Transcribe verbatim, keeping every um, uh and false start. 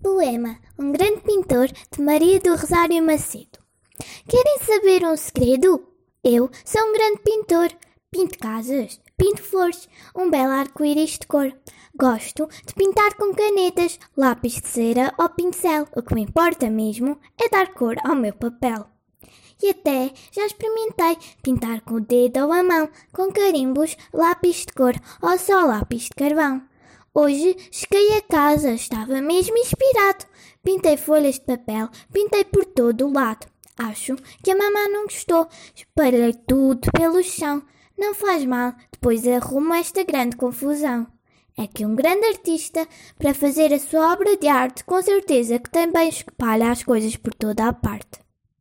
Poema Um grande pintor, de Maria do Rosário Macedo. Querem saber um segredo? Eu sou um grande pintor. Pinto casas, pinto flores, um belo arco-íris de cor. Gosto de pintar com canetas, lápis de cera ou pincel. O que me importa mesmo é dar cor ao meu papel. E até já experimentei pintar com o dedo ou a mão, com carimbos, lápis de cor ou só lápis de carvão. Hoje cheguei a casa, estava mesmo inspirado. Pintei folhas de papel, pintei por todo o lado. Acho que a mamã não gostou, espalhei tudo pelo chão. Não faz mal, depois arrumo esta grande confusão. É que um grande artista, para fazer a sua obra de arte, com certeza que também espalha as coisas por toda a parte.